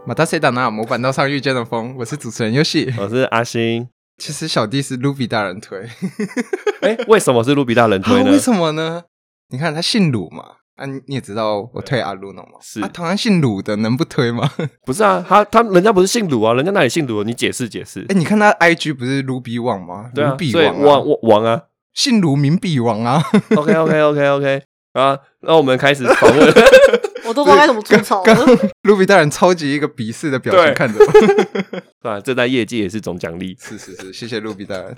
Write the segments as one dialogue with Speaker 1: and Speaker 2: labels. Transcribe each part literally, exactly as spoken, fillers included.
Speaker 1: 马达塞达纳模板道上遇见的风，我是主持人游戏，
Speaker 2: 我是阿星。
Speaker 1: 其实小弟是卢比大人推。
Speaker 2: 哎、欸，为什么是卢比大人推呢、
Speaker 1: 啊？为什么呢？你看他姓鲁嘛，啊，你也知道我推阿鲁农嘛，
Speaker 2: 是
Speaker 1: 啊，同样姓鲁的能不推吗？
Speaker 2: 不是啊，他他人家不是姓鲁啊，人家哪里姓鲁？你解释解释。
Speaker 1: 哎、欸，你看他 I G 不是卢比王吗？
Speaker 2: 对啊，
Speaker 1: 卢比王、啊，
Speaker 2: 所以王王啊，
Speaker 1: 姓卢名比王啊。
Speaker 2: OK OK OK OK 啊，那我们开始访问。
Speaker 3: 我都不知道该怎么吐槽
Speaker 1: 了。卢比大人超级一个鄙视的表情看着我。
Speaker 2: 对啊，这在业界也是总奖励。
Speaker 1: 是是是，谢谢卢比大人。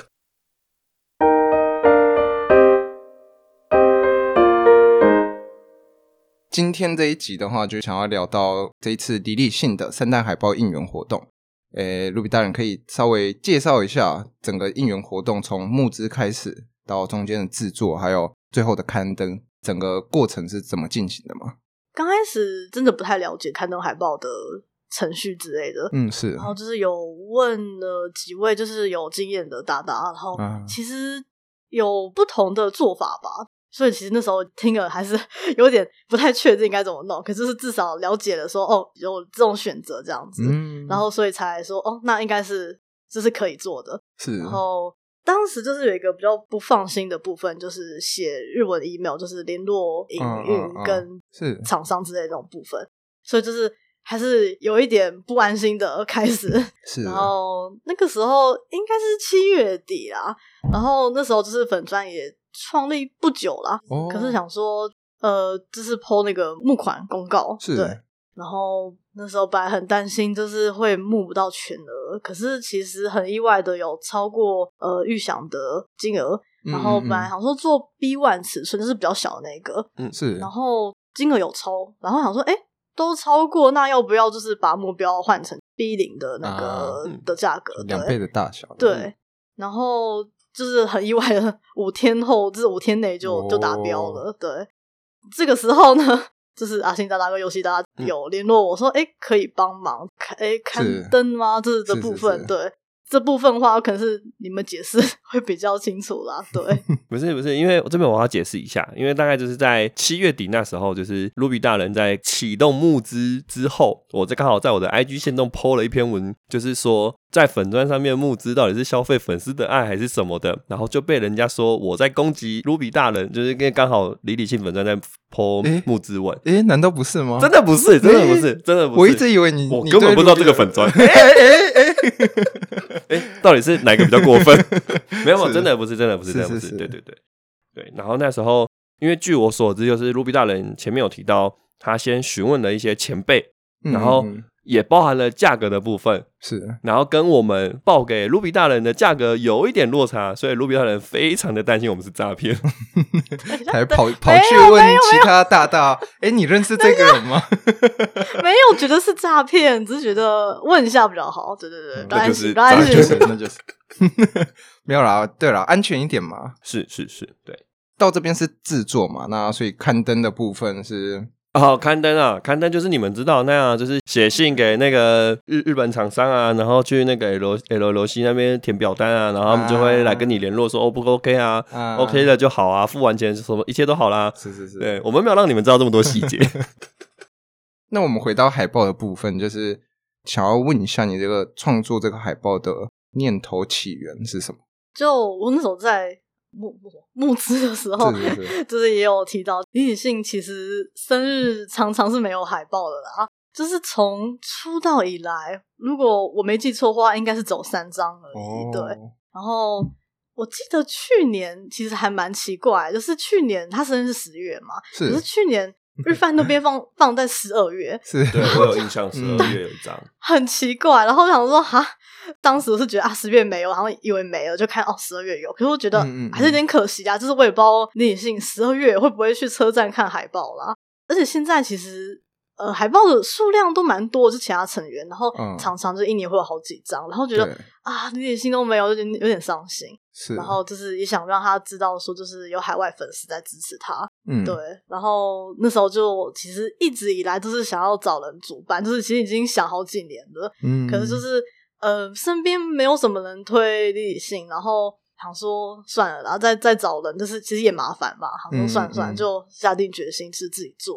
Speaker 1: 今天这一集的话，就想要聊到这一次李李信的圣诞海报应援活动。诶，卢比大人可以稍微介绍一下整个应援活动从募资开始到中间的制作，还有最后的刊登，整个过程是怎么进行的吗？
Speaker 3: 刚开始真的不太了解刊登海报的程序之类的，
Speaker 1: 嗯，是。
Speaker 3: 然后就是有问了几位就是有经验的大大，然后其实有不同的做法吧，所以其实那时候听了还是有点不太确定该怎么弄，可是是至少了解了说哦有这种选择这样子，嗯，然后所以才说哦那应该是这是可以做的，
Speaker 1: 是。
Speaker 3: 然后当时就是有一个比较不放心的部分，就是写日文 email， 就是联络营运跟厂商之类的这种部分，所以就是还是有一点不安心的开始。
Speaker 1: 是，
Speaker 3: 然后那个时候应该是七月底啦，然后那时候就是粉专也创立不久啦，哦、可是想说呃，就是 po 那个募款公告，
Speaker 1: 是，
Speaker 3: 对。然后那时候本来很担心就是会募不到全额，可是其实很意外的有超过呃预想的金额，然后本来想说做 B 一 尺寸就是比较小的那个，
Speaker 1: 嗯，是，
Speaker 3: 然后金额有超，然后想说诶都超过，那要不要就是把目标换成 B 零 的那个、啊嗯、的价格，
Speaker 1: 两倍的大小，
Speaker 3: 对，然后就是很意外的五天后就是五天内就、哦、就达标了，对，这个时候呢就是阿星大大跟游戏大大有联络我说诶、嗯、可以帮忙诶刊登吗？这是这部分，是是是，对，这部分的话可能是你们解释会比较清楚啦，对。
Speaker 2: 不是不是，因为这边我要解释一下，因为大概就是在七月底那时候，就是卢比大人在启动募资之后，我这刚好在我的 I G 限动 po 了一篇文，就是说在粉专上面募资到底是消费粉丝的爱还是什么的，然后就被人家说我在攻击卢比大人，就是因为刚好李李信粉专在 po 募资文，
Speaker 1: 诶，难道不是吗？
Speaker 2: 真的不是，真的不是，真的不是，
Speaker 1: 我一直以为你，
Speaker 2: 我根本不知道这个粉专。
Speaker 1: 诶诶诶
Speaker 2: 诶，到底是哪个比较过分？没有，真的不是，真的不是，真的不是，对对对对。然后那时候，因为据我所知，就是卢比大人前面有提到，他先询问了一些前辈，然后也包含了价格的部分，
Speaker 1: 是，
Speaker 2: 然后跟我们报给卢比大人的价格有一点落差，所以卢比大人非常的担心我们是诈骗，
Speaker 1: 才跑跑去问其他大大，哎，你认识这个人吗？
Speaker 3: 没有觉得是诈骗，只是觉得问一下比较好。对对对，
Speaker 2: 那就是
Speaker 3: 那
Speaker 1: 就是那就是没有啦。对啦，安全一点嘛。
Speaker 2: 是是是，对。
Speaker 1: 到这边是制作嘛，那所以刊登的部分是。
Speaker 2: 哦，刊登啊，刊登就是你们知道那样，就是写信给那个日日本厂商啊，然后去那个 L L L C 那边填表单啊，然后他们就会来跟你联络说，啊、哦不 OK 啊, 啊 ，OK 的就好啊，付完钱什么一切都好啦。
Speaker 1: 是是是，
Speaker 2: 对，我们没有让你们知道这么多细节。
Speaker 1: 那我们回到海报的部分，就是想要问一下你这个创作这个海报的念头起源是什么？
Speaker 3: 就我那时候在。募募资的时候
Speaker 1: 是是是
Speaker 3: 就是也有提到李李信其实生日常常是没有海报的啦，就是从出道以来如果我没记错的话应该是走三张而已、哦、对，然后我记得去年其实还蛮奇怪，就是去年他生日是十月嘛，
Speaker 1: 是
Speaker 3: 可是去年日饭那边放放在十二月，
Speaker 1: 是，
Speaker 2: 对，我有印象十二月有一张
Speaker 3: 很奇怪，然后我想说哈当时我是觉得啊十月没有，然后以为没有就看哦十二月有，可是我觉得还是有点可惜啊、嗯嗯嗯、就是我也不知道李李信十二月会不会去车站看海报啦，而且现在其实呃海报的数量都蛮多，是其他成员，然后常常就一年会有好几张、嗯、然后觉得啊李李信都没有，有点有点伤心，
Speaker 1: 是，
Speaker 3: 然后就是也想让他知道说就是有海外粉丝在支持他，嗯，对，然后那时候就其实一直以来都是想要找人主办，就是其实已经想好几年了，嗯，可是就是呃身边没有什么人推李李信，然后想说算了，然后再再找人，就是其实也麻烦嘛，想说算了算了、嗯嗯、就下定决心是自己做。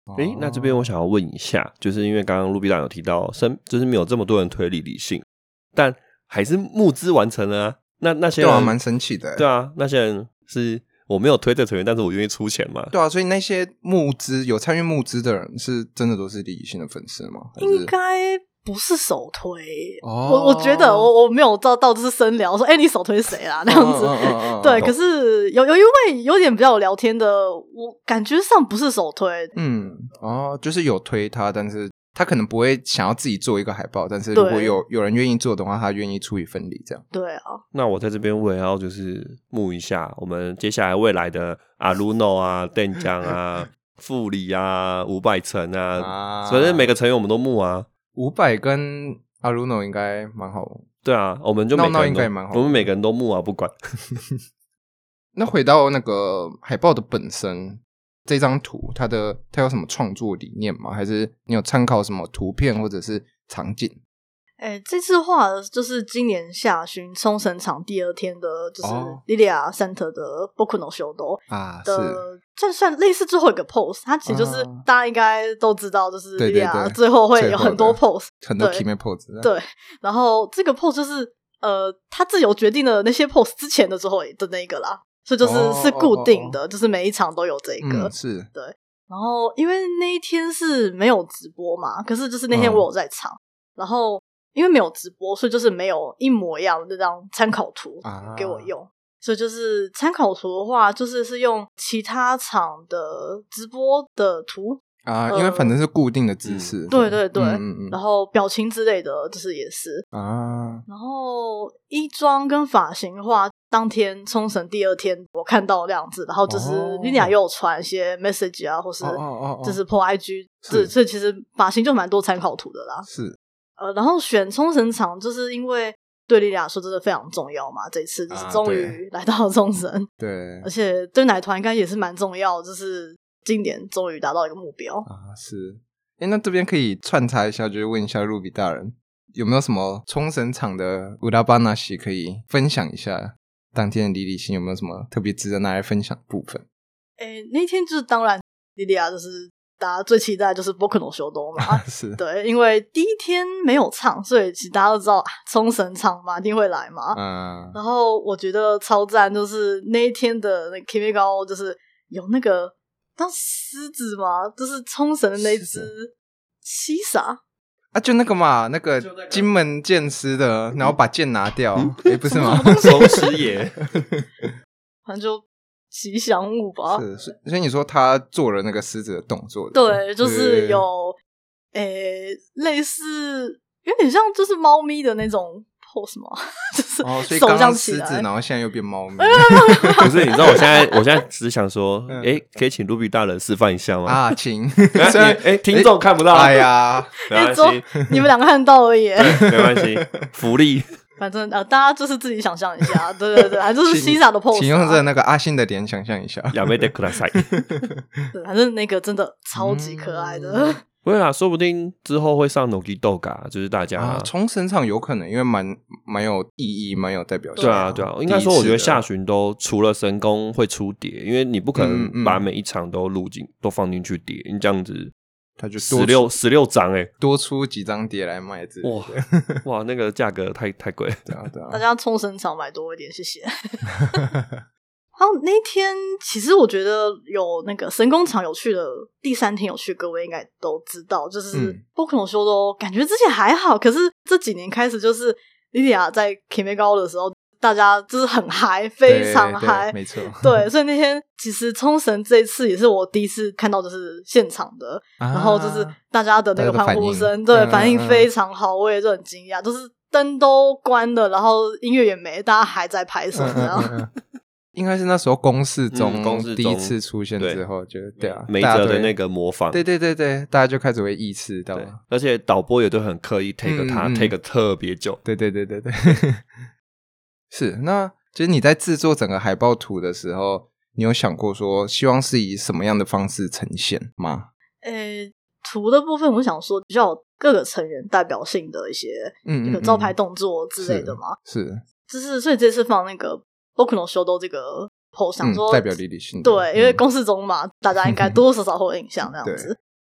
Speaker 2: 诶、欸，那这边我想要问一下，就是因为刚刚陆比长有提到，身就是没有这么多人推理理性，但还是募资完成了啊。那那些人
Speaker 1: 对啊，蛮神奇的。
Speaker 2: 对啊，那些人是我没有推的成员，但是我愿意出钱嘛。
Speaker 1: 对啊，所以那些募资有参与募资的人，是真的都是理性的粉丝吗？
Speaker 3: 应该不是首推。
Speaker 1: 哦、
Speaker 3: 我我觉得我我没有到到就是深聊说，哎、欸，你首推谁啦那样子。哦哦哦哦对，可是有有一位有点比较有聊天的，我感觉上不是首推。
Speaker 1: 嗯，哦，就是有推他，但是他可能不会想要自己做一个海报，但是如果有有人愿意做的话，他愿意出一份力这样。
Speaker 3: 对啊，
Speaker 2: 那我在这边我也要就是募一下我们接下来未来的阿鲁诺啊、邓江啊、傅里啊、伍佰成啊，啊反正每个成员我们都募啊。
Speaker 1: 伍佰跟阿鲁诺应该蛮好。
Speaker 2: 对啊，我们就每个人都
Speaker 1: 闹闹应该也蛮好，
Speaker 2: 我们每个人都募啊，不管。
Speaker 1: 那回到那个海报的本身。这张图它的它有什么创作理念吗？还是你有参考什么图片或者是场景？
Speaker 3: 欸，这次画的就是今年下旬冲绳场第二天的就是莉莉亚 Center 的 Boku no Shodo
Speaker 1: 啊，
Speaker 3: 的这算类似最后一个 pose， 它其实就是、啊、大家应该都知道，就是莉莉亚最后会有很多 pose，
Speaker 1: 很多 key pose。
Speaker 3: 对，然后这个 pose 就是呃他自由决定了那些 pose 之前的最后的那一个啦，所以就是、哦、是固定的、哦、就是每一场都有这个、
Speaker 1: 嗯、是
Speaker 3: 对。然后因为那一天是没有直播嘛，可是就是那天我有在场、嗯、然后因为没有直播，所以就是没有一模一样的那张参考图给我用、啊、所以就是参考图的话就是是用其他场的直播的图
Speaker 1: 啊、呃，因为反正是固定的姿势、
Speaker 3: 嗯、对对对、
Speaker 1: 嗯嗯嗯，
Speaker 3: 然后表情之类的就是也是
Speaker 1: 啊，
Speaker 3: 然后衣装跟发型的话当天冲绳第二天我看到这样子，然后就是莉莉亚又有传一些 message 啊，或是就是 po I G， 这这其实发型就蛮多参考图的啦。
Speaker 1: 是，
Speaker 3: 呃，然后选冲绳场就是因为对莉莉亚说真的非常重要嘛，这一次就是终于来到冲绳、啊，
Speaker 1: 对，
Speaker 3: 而且对奶团应该也是蛮重要，就是今年终于达到一个目标
Speaker 1: 啊。是，哎，那这边可以穿插一下，就是问一下Ruby大人有没有什么冲绳场的乌拉巴纳西可以分享一下？当天的莉莉星有没有什么特别值得拿来分享的部分？
Speaker 3: 诶，那天就是当然莉莉亚就是大家最期待就是 Boku no Shodo 嘛
Speaker 1: 是，
Speaker 3: 对，因为第一天没有唱，所以其实大家都知道冲绳场嘛一定会来嘛嗯，然后我觉得超赞就是那一天的那 Kimiko 就是有那个当狮子嘛，就是冲绳的那只西萨
Speaker 1: 啊，就那个嘛，那个金门剑师的，然后把剑拿掉，诶、欸、不是吗？
Speaker 2: 松狮爷，
Speaker 3: 反正就吉祥物吧。
Speaker 1: 是，所以你说他做了那个狮子的动作，
Speaker 3: 对，就是有诶、欸、类似有点像就是猫咪的那种 pose 嘛，就是
Speaker 1: 哦，所以刚刚狮子，然后现在又变猫咪。
Speaker 2: 不是，你知道我现在我现在只是想说，哎、欸，可以请Ruby大人示范一下吗？
Speaker 1: 啊，请。
Speaker 2: 哎、欸，听众看不到。
Speaker 1: 哎呀，
Speaker 2: 没关系，
Speaker 3: 你们两个看到而已。
Speaker 2: 没关系，福利。
Speaker 3: 反正呃，大家就是自己想象一下，对对对，就是西萨的 pose、啊。
Speaker 1: 请用着那个阿信的脸想象一下。
Speaker 2: 亚美得克拉塞。
Speaker 3: 对，反正那个真的超级可爱的。嗯
Speaker 2: 不会啦，说不定之后会上 Nogi Doga， 就是大家
Speaker 1: 啊，冲绳场有可能，因为蛮蛮有意义，蛮有代表性。
Speaker 2: 对啊，对啊，应该说，我觉得下旬都除了神宫会出碟，因为你不可能把每一场都录进、嗯嗯、都放进去碟，你这样子，
Speaker 1: 他就
Speaker 2: 十六十六张哎，
Speaker 1: 多出几张碟来卖之类的。
Speaker 2: 哇哇，那个价格太太贵了。
Speaker 1: 对啊，对啊，
Speaker 3: 大家冲绳场买多一点，谢谢。然后那天其实我觉得有那个神宫场有趣的第三天有趣，各位应该都知道，就是Boku no Shodo感觉之前还好，可是这几年开始就是莉莉亚在 Kimiko 的时候，大家就是很嗨，非常嗨，
Speaker 1: 没错。
Speaker 3: 对，所以那天其实冲绳这一次也是我第一次看到就是现场的，啊、然后就是大家的那个欢呼声，对，反应非常好，我也是很惊讶，就是灯都关了，然后音乐也没，大家还在拍手这样。
Speaker 1: 嗯嗯嗯应该是那时候公式中第一次出现之后，就对啊，
Speaker 2: 梅泽的那个模仿，
Speaker 1: 对对对对，大家就开始会意识到，
Speaker 2: 而且导播也都很刻意 take 他、嗯、take 特别久，
Speaker 1: 对对对对对，是。那其实你在制作整个海报图的时候，你有想过说希望是以什么样的方式呈现吗？
Speaker 3: 呃，图的部分我想说比较有各个成员代表性的一些嗯嗯招牌动作之类的嘛，
Speaker 1: 是，是
Speaker 3: 就是所以这次放那个Boku no Shodo 这个 pose 想说、
Speaker 1: 嗯、代表莉莉性
Speaker 3: 对、嗯、因为公式中嘛大家应该多多少少会有印象这样子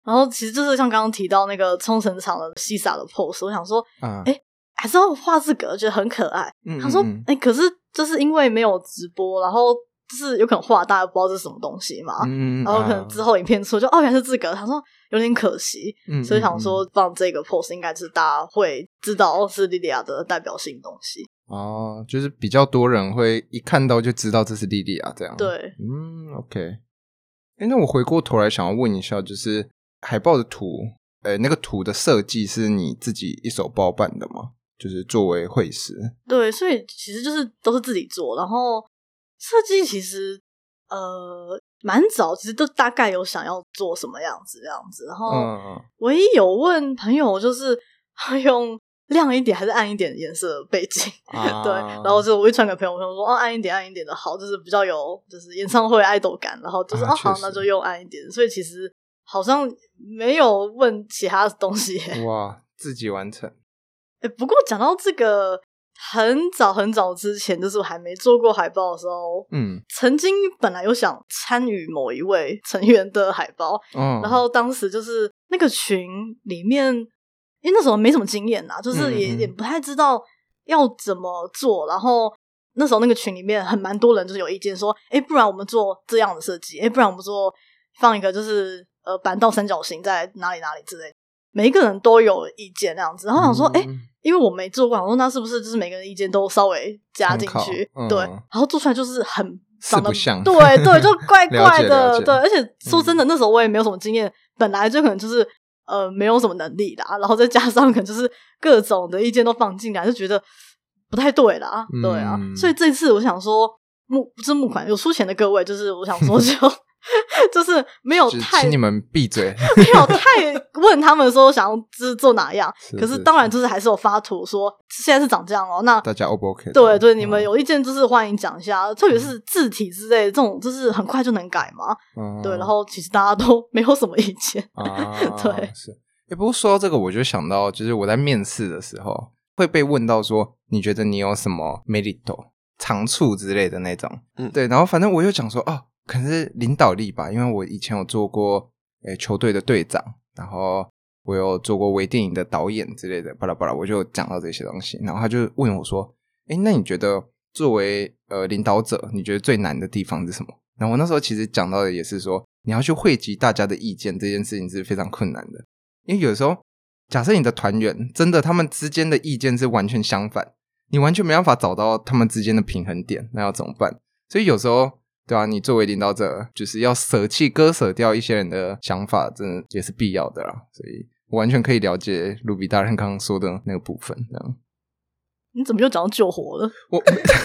Speaker 3: 然后其实就是像刚刚提到那个冲绳场的西撒的 pose， 我想说哎、嗯，还是要画这个，觉得很可爱。嗯嗯嗯他说哎、欸，可是就是因为没有直播，然后就是有可能画大家不知道这是什么东西嘛，嗯嗯然后可能之后影片出就、啊、哦原来是这个，他说有点可惜，嗯嗯嗯所以想说放这个 pose 应该是大家会知道是莉莉娅的代表性东西。
Speaker 1: 哦，就是比较多人会一看到就知道这是莉莉娅这样。
Speaker 3: 对，
Speaker 1: 嗯 OK。 诶那我回过头来想要问一下，就是海报的图诶那个图的设计是你自己一手包办的吗？就是作为绘师。
Speaker 3: 对，所以其实就是都是自己做，然后设计其实呃蛮早，其实都大概有想要做什么样子这样子，然后唯一有问朋友就是用亮一点还是暗一点的颜色的背景、啊、对，然后就我会传给朋友，朋友说哦暗一点暗一点的好，就是比较有就是演唱会爱豆感，然后就是、啊、哦好那就用暗一点，所以其实好像没有问其他的东西耶。
Speaker 1: 哇，自己完成。
Speaker 3: 欸、不过讲到这个很早很早之前，就是我还没做过海报的时候，嗯，曾经本来有想参与某一位成员的海报、哦、然后当时就是那个群里面因为那时候没什么经验啦，就是也、嗯、也不太知道要怎么做，然后那时候那个群里面很蛮多人就是有意见说诶、欸、不然我们做这样的设计，诶、欸、不然我们做放一个就是呃板道三角形在哪里哪里之类的，每一个人都有意见那样子，然后想说诶、嗯欸因为我没做过，我说那是不是就是每个人意见都稍微加进去、嗯、对，然后做出来就是很
Speaker 1: 四不像，
Speaker 3: 对对，就怪怪的对，而且说真的、嗯、那时候我也没有什么经验，本来就可能就是呃没有什么能力啦，然后再加上可能就是各种的意见都放进来，就觉得不太对啦、嗯、对啊，所以这次我想说募不是募款有出钱的各位，就是我想说就就是没有太
Speaker 1: 请你们闭嘴
Speaker 3: 没有太问他们说想要就是做哪样是是是，可是当然就是还是有发图说现在是长这样哦，那
Speaker 1: 大家 O 不 OK？
Speaker 3: 对对，你们有意见就是欢迎讲一下、嗯、特别是字体之类的这种就是很快就能改嘛、嗯、对，然后其实大家都没有什么意见啊对
Speaker 1: 是、欸、不过说到这个我就想到就是我在面试的时候会被问到说你觉得你有什么 mérito 长处之类的那种、嗯、对，然后反正我又讲说哦可能是领导力吧，因为我以前有做过诶球队的队长，然后我有做过微电影的导演之类的巴拉巴拉，我就讲到这些东西，然后他就问我说诶那你觉得作为呃领导者你觉得最难的地方是什么？然后我那时候其实讲到的也是说你要去汇集大家的意见，这件事情是非常困难的，因为有时候假设你的团员真的他们之间的意见是完全相反，你完全没办法找到他们之间的平衡点，那要怎么办？所以有时候对啊，你作为领导者就是要舍弃割舍掉一些人的想法，真的也是必要的啦，所以我完全可以了解卢比大人刚刚说的那个部分这样。
Speaker 3: 你怎么又讲到救火了？
Speaker 1: 我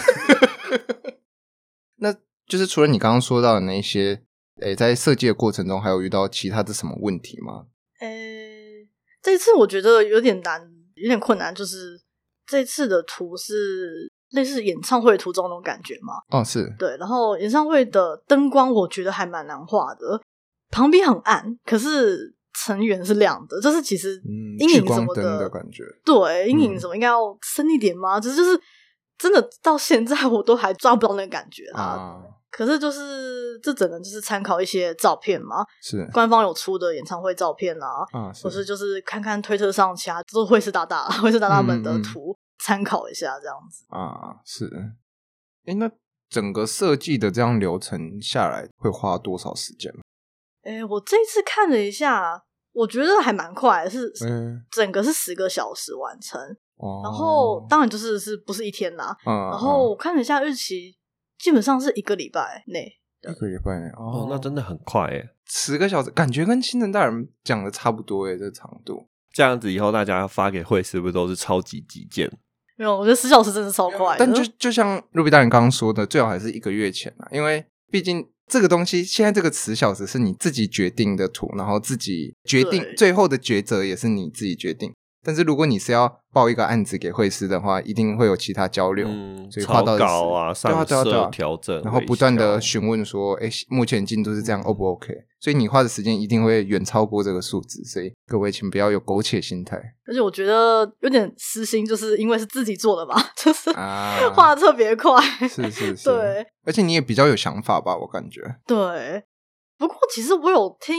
Speaker 1: 那就是除了你刚刚说到的那些诶，在设计的过程中还有遇到其他的什么问题吗？
Speaker 3: 诶，这次我觉得有点难有点困难，就是这次的图是类似演唱会图中那种感觉嘛。
Speaker 1: 哦，是
Speaker 3: 对，然后演唱会的灯光我觉得还蛮难画的，旁边很暗可是成员是亮的，就是其实阴影什么的、
Speaker 1: 嗯、聚光灯的感觉，
Speaker 3: 对，阴影什么应该要深一点吗？只、嗯、是就是真的到现在我都还抓不到那个感觉啊。啊可是就是这只能就是参考一些照片嘛，
Speaker 1: 是
Speaker 3: 官方有出的演唱会照片啊，啊是或是就是看看推特上其他就是会是大大会是大大们的图、嗯、参考一下这样子
Speaker 1: 啊。是诶那整个设计的这样流程下来会花多少时间？
Speaker 3: 诶我这次看了一下我觉得还蛮快的，是、嗯、整个是十个小时完成、哦、然后当然就是是不是一天啦、嗯、然后我看了一下日期基本上是一个礼拜内，
Speaker 1: 一个礼拜内 哦,
Speaker 2: 哦，那真的很快耶，
Speaker 1: 十个小时，感觉跟新人大人讲的差不多耶，这个长度。
Speaker 2: 这样子以后大家发给会是不是都是超级急件？
Speaker 3: 没有，我觉得十小时真的超快的。
Speaker 1: 但就就像露比大人刚刚说的，最好还是一个月前啦，因为毕竟这个东西现在这个十小时是你自己决定的图，然后自己决定最后的抉择也是你自己决定。但是如果你是要报一个案子给会师的话，一定会有其他交流，
Speaker 2: 嗯，
Speaker 1: 所以画到
Speaker 2: 草稿啊、上色调整，
Speaker 1: 然后不断的询问说，哎，目前进度是这样 ，O 不 OK？ 所以你花的时间一定会远超过这个数字，所以各位请不要有苟且心态。
Speaker 3: 而且我觉得有点私心，就是因为是自己做的吧，就是画得特别快，啊、
Speaker 1: 是是是，
Speaker 3: 对，
Speaker 1: 而且你也比较有想法吧，我感觉。
Speaker 3: 对，不过其实我有听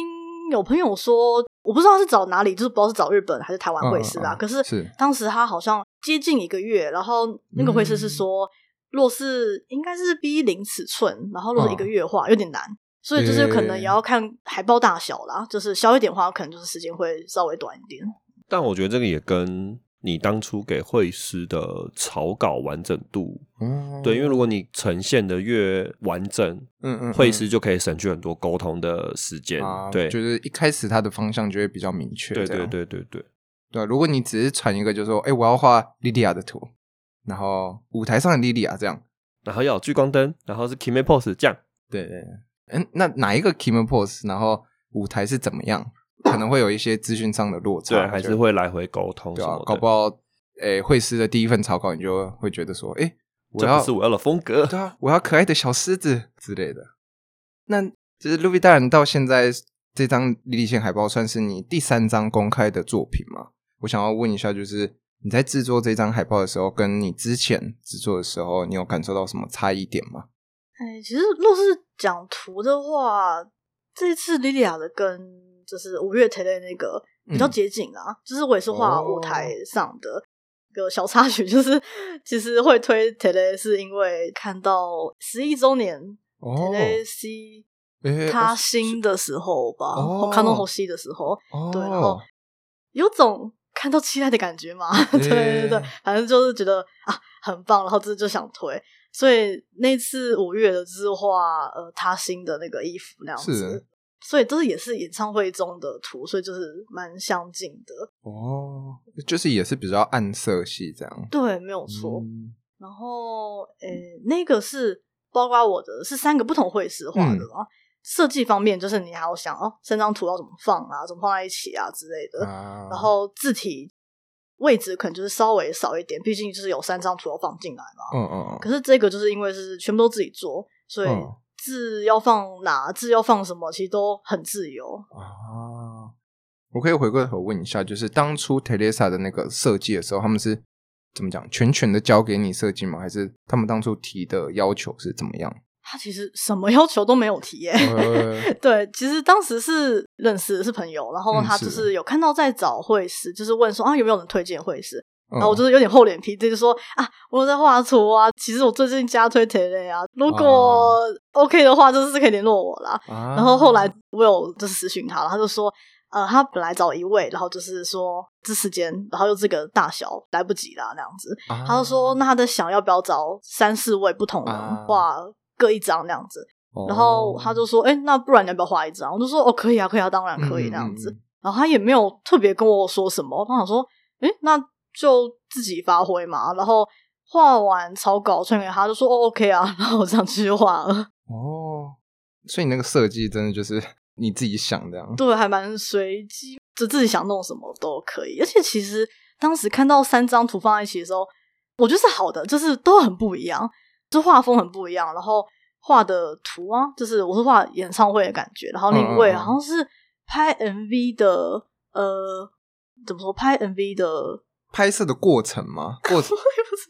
Speaker 3: 有朋友说，我不知道是找哪里，就是不知道是找日本还是台湾会师啦、
Speaker 1: 嗯嗯嗯、
Speaker 3: 可是
Speaker 1: 是
Speaker 3: 当时他好像接近一个月，然后那个会师是说、嗯、若是应该是 B 零 尺寸，然后若是一个月的话、嗯、有点难，所以就是可能也要看海报大小啦、欸、就是小一点的话可能就是时间会稍微短一点。
Speaker 2: 但我觉得这个也跟你当初给会师的草稿完整度、嗯、对，因为如果你呈现的越完整，嗯嗯，会师就可以省去很多沟通的时间、啊、对，
Speaker 1: 就是一开始他的方向就会比较明确。
Speaker 2: 对对对对对
Speaker 1: 对，如果你只是传一个就是说哎、欸，我要画莉莉亚的图，然后舞台上的莉莉亚这样，
Speaker 2: 然后要有聚光灯，然后是 Kime pose 这样，
Speaker 1: 对对对，嗯，那哪一个 Kime pose 然后舞台是怎么样，可能会有一些资讯上的落差，
Speaker 2: 对，还是会来回沟通什么的，
Speaker 1: 对啊，搞不好诶，会师的第一份草稿你就会觉得说诶，我要
Speaker 2: 这不是我要的风格，
Speaker 1: 对啊，我要可爱的小狮子之类的。那其实 Ruby 大人到现在这张莉莉线海报算是你第三张公开的作品嘛？我想要问一下，就是你在制作这张海报的时候跟你之前制作的时候你有感受到什么差异点吗？
Speaker 3: 哎，其实若是讲图的话，这一次莉莉亚的跟就是五月 Today 那个比较接近啊、嗯、就是我也是画舞台上的、哦个小插曲，就是其实会推 Today 是因为看到十一周年 Today C 他新的时候吧，看到后戏的时候、哦、对，然后有种看到期待的感觉嘛，对对对，反正就是觉得啊很棒，然后这就想推，所以那次五月的就是画呃他新的那个衣服那样子，所以这也是演唱会中的图，所以就是蛮相近的
Speaker 1: 哦，就是也是比较暗色系这样，
Speaker 3: 对，没有错、嗯、然后诶那个是包括我的是三个不同绘师画的嘛，设计、嗯、方面就是你还要想哦，三张图要怎么放啊，怎么放在一起啊之类的、啊、然后字体位置可能就是稍微少一点，毕竟就是有三张图要放进来嘛，嗯嗯，可是这个就是因为是全部都自己做，所以、嗯字要放哪，字要放什么其实都很自由
Speaker 1: 啊。我可以回过头问一下，就是当初 Teresa 的那个设计的时候，他们是怎么讲全权的交给你设计吗？还是他们当初提的要求是怎么样？
Speaker 3: 他其实什么要求都没有提耶、呃、对，其实当时是认识的是朋友，然后他就是有看到在找绘师、嗯、就是问说啊有没有人推荐绘师，然后我就是有点厚脸皮，就是说啊，我有在画图啊，其实我最近加推 Tele 啊，如果 OK 的话，就是可以联络我啦。啊、然后后来我有就是私讯他了，他就说，呃，他本来找一位，然后就是说这时间，然后又这个大小来不及啦那样子，啊、他就说那他在想要不要找三四位不同人画各一张那样子，啊、然后他就说，哎、欸，那不然你要不要画一张？我就说哦，可以啊，可以啊，当然可以那样子。嗯、然后他也没有特别跟我说什么，他想说，哎、欸，那。就自己发挥嘛，然后画完草稿传给他就说、哦、OK 啊，然后我这样继续画了。
Speaker 1: 哦，所以你那个设计真的就是你自己想这样？
Speaker 3: 对，还蛮随机，就自己想弄什么都可以。而且其实当时看到三张图放在一起的时候，我觉得是好的，就是都很不一样，就画风很不一样，然后画的图啊，就是我是画演唱会的感觉，然后另一位好像是拍 M V 的，呃，怎么说拍 M V 的。
Speaker 1: 拍摄的过程吗？过程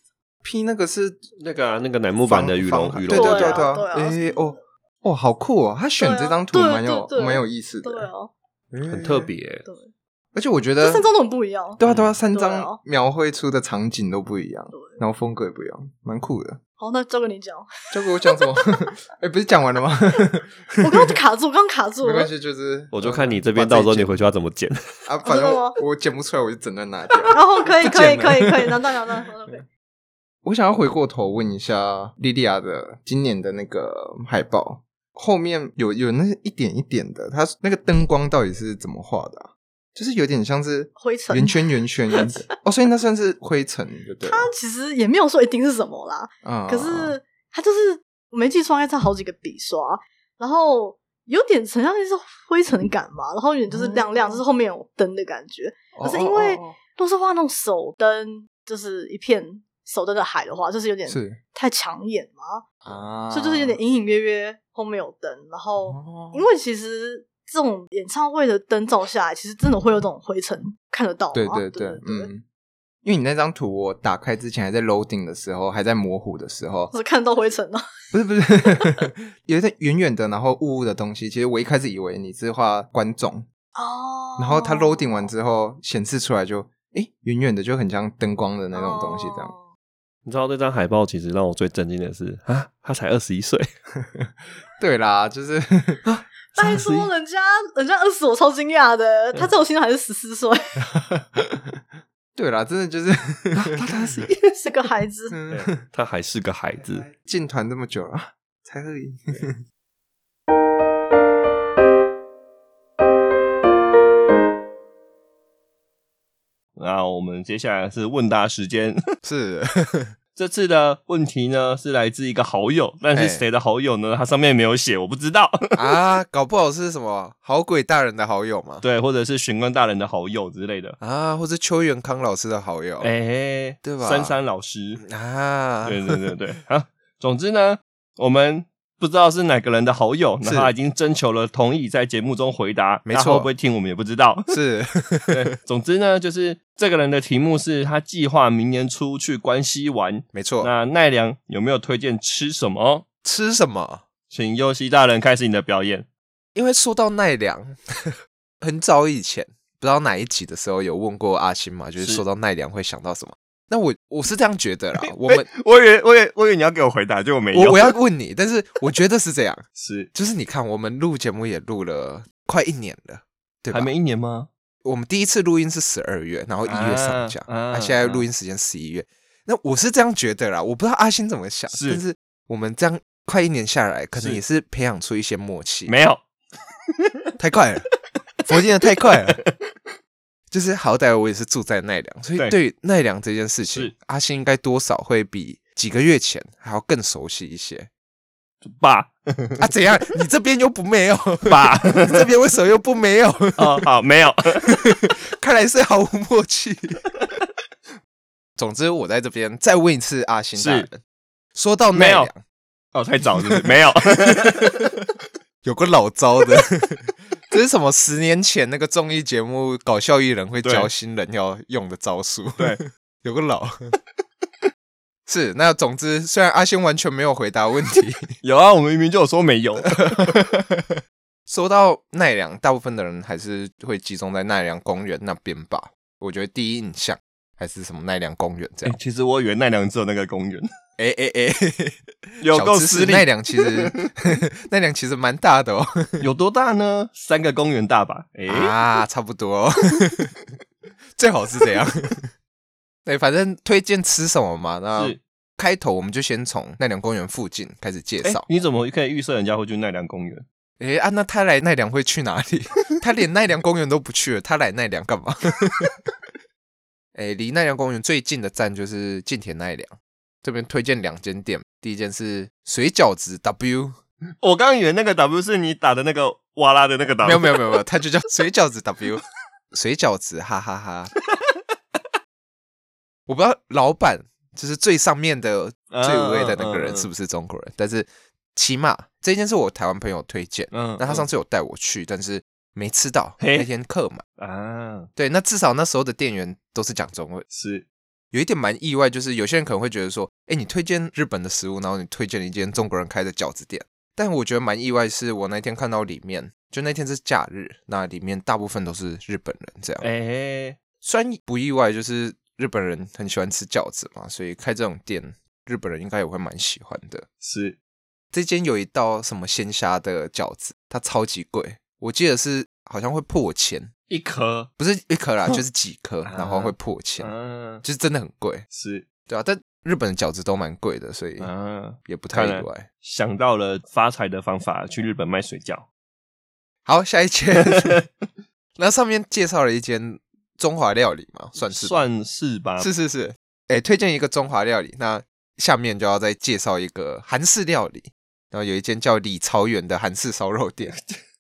Speaker 1: P 那个是
Speaker 2: 那个、啊、那个楠木版的羽绒羽绒，
Speaker 1: 对对对对啊！哎、啊欸、哦哦，好酷哦！他选这张图蛮有蛮有意思的，
Speaker 3: 对啊，
Speaker 2: 欸、很特别、欸。
Speaker 3: 对，
Speaker 1: 而且我觉得
Speaker 3: 这三张都很不一样。
Speaker 1: 对啊对啊，三张描绘出的场景都不一样，然后风格也不一样，蛮酷的。
Speaker 3: 好，那交给你讲。
Speaker 1: 交给我讲什么？哎、欸，不是讲完了吗？
Speaker 3: 我刚刚就卡住，我刚卡住了。
Speaker 1: 没关系，就是
Speaker 2: 我就看你这边到时候你回去要怎么剪
Speaker 1: 啊？反正 我, 我剪不出来，我就整段拿掉。
Speaker 3: 然后可以可以可以可以，拿到拿到。
Speaker 1: 我想要回过头问一下莉莉亚的今年的那个海报，后面有有那一点一点的，它那个灯光到底是怎么画的、啊？就是有点像是
Speaker 3: 灰尘，
Speaker 1: 圆圈圆圈哦，所以那算是灰尘，对不对？
Speaker 3: 它其实也没有说一定是什么啦，嗯、可是它就是我没记错，应该差好几个笔刷，然后有点很像是灰尘感嘛，然后有点就是亮亮，嗯、就是后面有灯的感觉。可是因为都是画那种手灯，就是一片手灯的海的话，就是有点太抢眼嘛，啊，所以就是有点隐隐约约后面有灯，然后、哦、因为其实。这种演唱会的灯照下来，其实真的会有这种灰尘看得到嘛？
Speaker 1: 对对 对, 对, 对
Speaker 3: 嗯，
Speaker 1: 因为你那张图我打开之前还在 loading 的时候，还在模糊的时候，
Speaker 3: 是看到灰尘哦。
Speaker 1: 不是不是，有一个远远的然后雾雾的东西，其实我一开始以为你是画观众
Speaker 3: 哦，
Speaker 1: 然后它 loading 完之后显示出来就诶远远的就很像灯光的那种东西这样。
Speaker 3: 哦
Speaker 2: 你知道这张海报其实让我最震惊的是啊，他才二十一岁。
Speaker 1: 对啦，就是
Speaker 2: 啊，
Speaker 3: 拜托人家人家二十我超惊讶的，他在我心中还是十四岁。
Speaker 1: 对啦，真的就是
Speaker 2: 他才是
Speaker 3: 是个孩子，
Speaker 2: 他还是个孩子，
Speaker 1: 进团这么久了才而已。
Speaker 2: 那我们接下来是问答时间。
Speaker 1: 是
Speaker 2: 这次的问题呢是来自一个好友，但是谁的好友呢？他上面没有写，我不知道
Speaker 1: 啊，搞不好是什么好鬼大人的好友嘛？
Speaker 2: 对，或者是玄关大人的好友之类的
Speaker 1: 啊，或者邱元康老师的好友，
Speaker 2: 哎、欸，
Speaker 1: 对吧？
Speaker 2: 珊珊老师
Speaker 1: 啊，
Speaker 2: 对对对对，好，总之呢，我们不知道是哪个人的好友，那他已经征求了同意，在节目中回答，
Speaker 1: 没错，
Speaker 2: 他会不会听我们也不知道。
Speaker 1: 是，
Speaker 2: 对，总之呢，就是这个人的题目是他计划明年初去关西玩，
Speaker 1: 没错。
Speaker 2: 那奈良有没有推荐吃什么？
Speaker 1: 吃什么？
Speaker 2: 请优希大人开始你的表演。
Speaker 1: 因为说到奈良，很早以前不知道哪一集的时候有问过阿星嘛，就是说到奈良会想到什么？那我我是这样觉得啦，我们
Speaker 2: 我以为我以为我以为你要给我回答，结果没有。
Speaker 1: 我我要问你，但是我觉得是这样，
Speaker 2: 是
Speaker 1: 就是你看我们录节目也录了快一年了，对吧？
Speaker 2: 还没一年吗？
Speaker 1: 我们第一次录音是十二月，然后一月上架，啊，啊现在录音时间十一月。那我是这样觉得啦，我不知道阿星怎么想，
Speaker 2: 是
Speaker 1: 但是我们这样快一年下来，可能也是培养出一些默契。
Speaker 2: 没有，
Speaker 1: 太快了，佛经的太快了。就是好歹我也是住在奈良，所以对于奈良这件事情，阿星应该多少会比几个月前还要更熟悉一些。
Speaker 2: 爸
Speaker 1: 啊，怎样？你这边又不没有？
Speaker 2: 爸，
Speaker 1: 你这边为什么又不没有？
Speaker 2: 哦，好，没有。
Speaker 1: 看来是毫无默契。总之，我在这边再问一次阿星大人，说到奈良，
Speaker 2: 哦，太早是不是？没有，
Speaker 1: 有个老招的。这是什么？十年前那个综艺节目，搞笑艺人会教新人要用的招数。
Speaker 2: 对，
Speaker 1: 有个老是那。总之，虽然阿星完全没有回答问题，
Speaker 2: 有啊，我们明明就有说没有。
Speaker 1: 说到奈良，大部分的人还是会集中在奈良公园那边吧。我觉得第一印象还是什么奈良公园这样。
Speaker 2: 欸、其实我以为奈良只有那个公园。
Speaker 1: 哎哎哎，
Speaker 2: 有够私立。
Speaker 1: 奈良其实奈良其实蛮大的哦。
Speaker 2: 有多大呢？三个公园大吧？欸、
Speaker 1: 啊，差不多、哦。最好是这样。对，反正推荐吃什么嘛，那开头我们就先从奈良公园附近开始介绍、
Speaker 2: 欸。你怎么可以预设人家会去奈良公园？
Speaker 1: 哎、欸、啊，那他来奈良会去哪里？他连奈良公园都不去了，他来奈良干嘛？哎、欸，离奈良公园最近的站就是近田奈良。这边推荐两间店，第一间是水饺子 W。
Speaker 2: 我刚刚以为那个 W 是你打的那个哇啦的那个 W。
Speaker 1: 没有没有没有没有，它就叫水饺子 W。水饺子，哈哈哈哈。我不知道老板就是最上面的最无谓的那个人是不是中国人，嗯嗯嗯、但是起码这间是我台湾朋友推荐，嗯，那他上次有带我去，但是没吃到，那天客满啊。对，那至少那时候的店员都是讲中文，
Speaker 2: 是。
Speaker 1: 有一点蛮意外，就是有些人可能会觉得说，哎，你推荐日本的食物，然后你推荐了一间中国人开的饺子店，但我觉得蛮意外，是我那天看到里面，就那天是假日，那里面大部分都是日本人这样。哎，虽然不意外，就是日本人很喜欢吃饺子嘛，所以开这种店，日本人应该也会蛮喜欢的。
Speaker 2: 是，
Speaker 1: 这间有一道什么鲜虾的饺子，它超级贵，我记得是好像会破千。
Speaker 2: 一颗
Speaker 1: 不是一颗啦，就是几颗，然后会破千，啊、就是真的很贵，
Speaker 2: 是
Speaker 1: 对啊。但日本的饺子都蛮贵的，所以也不太意外。
Speaker 2: 啊、想到了发财的方法，去日本卖水饺。
Speaker 1: 好，下一间，那上面介绍了一间中华料理嘛，算是
Speaker 2: 算是吧，
Speaker 1: 是是是。哎，推荐一个中华料理，那下面就要再介绍一个韩式料理。然后有一间叫李朝元的韩式烧肉店。